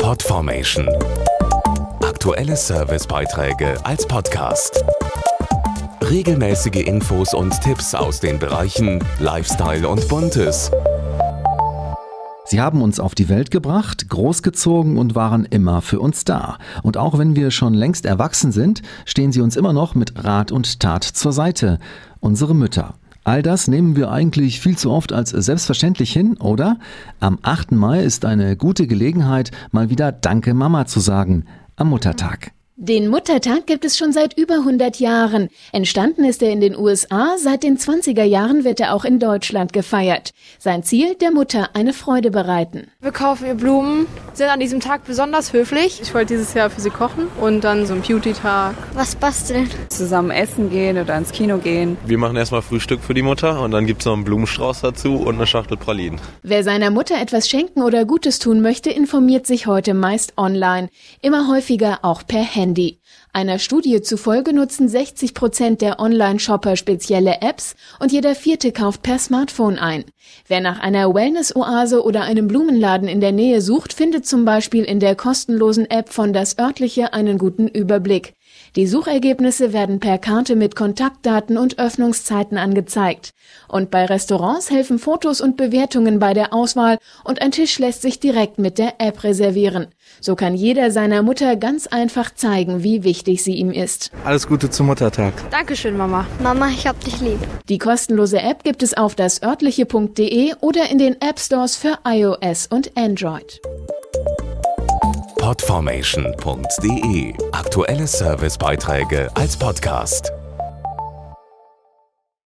Podformation. Aktuelle Servicebeiträge als Podcast. Regelmäßige Infos und Tipps aus den Bereichen Lifestyle und Buntes. Sie haben uns auf die Welt gebracht, großgezogen und waren immer für uns da. Und auch wenn wir schon längst erwachsen sind, stehen sie uns immer noch mit Rat und Tat zur Seite. Unsere Mütter. All das nehmen wir eigentlich viel zu oft als selbstverständlich hin, oder? Am 8. Mai ist eine gute Gelegenheit, mal wieder Danke Mama zu sagen, am Muttertag. Den Muttertag gibt es schon seit über 100 Jahren. Entstanden ist er in den USA, seit den 20er Jahren wird er auch in Deutschland gefeiert. Sein Ziel, der Mutter eine Freude bereiten. Wir kaufen ihr Blumen, sind an diesem Tag besonders höflich. Ich wollte dieses Jahr für sie kochen und dann so einen Beauty-Tag. Was basteln? Zusammen essen gehen oder ins Kino gehen. Wir machen erstmal Frühstück für die Mutter und dann gibt es noch einen Blumenstrauß dazu und eine Schachtel Pralinen. Wer seiner Mutter etwas schenken oder Gutes tun möchte, informiert sich heute meist online. Immer häufiger auch per Handy. Einer Studie zufolge nutzen 60% der Online-Shopper spezielle Apps und jeder Vierte kauft per Smartphone ein. Wer nach einer Wellness-Oase oder einem Blumenladen in der Nähe sucht, findet zum Beispiel in der kostenlosen App von Das Örtliche einen guten Überblick. Die Suchergebnisse werden per Karte mit Kontaktdaten und Öffnungszeiten angezeigt. Und bei Restaurants helfen Fotos und Bewertungen bei der Auswahl und ein Tisch lässt sich direkt mit der App reservieren. So kann jeder seiner Mutter ganz einfach zeigen, wie wichtig sie ihm ist. Alles Gute zum Muttertag. Dankeschön, Mama. Mama, ich hab dich lieb. Die kostenlose App gibt es auf dasörtliche.de oder in den App Stores für iOS und Android. Podformation.de. Aktuelle Servicebeiträge als Podcast.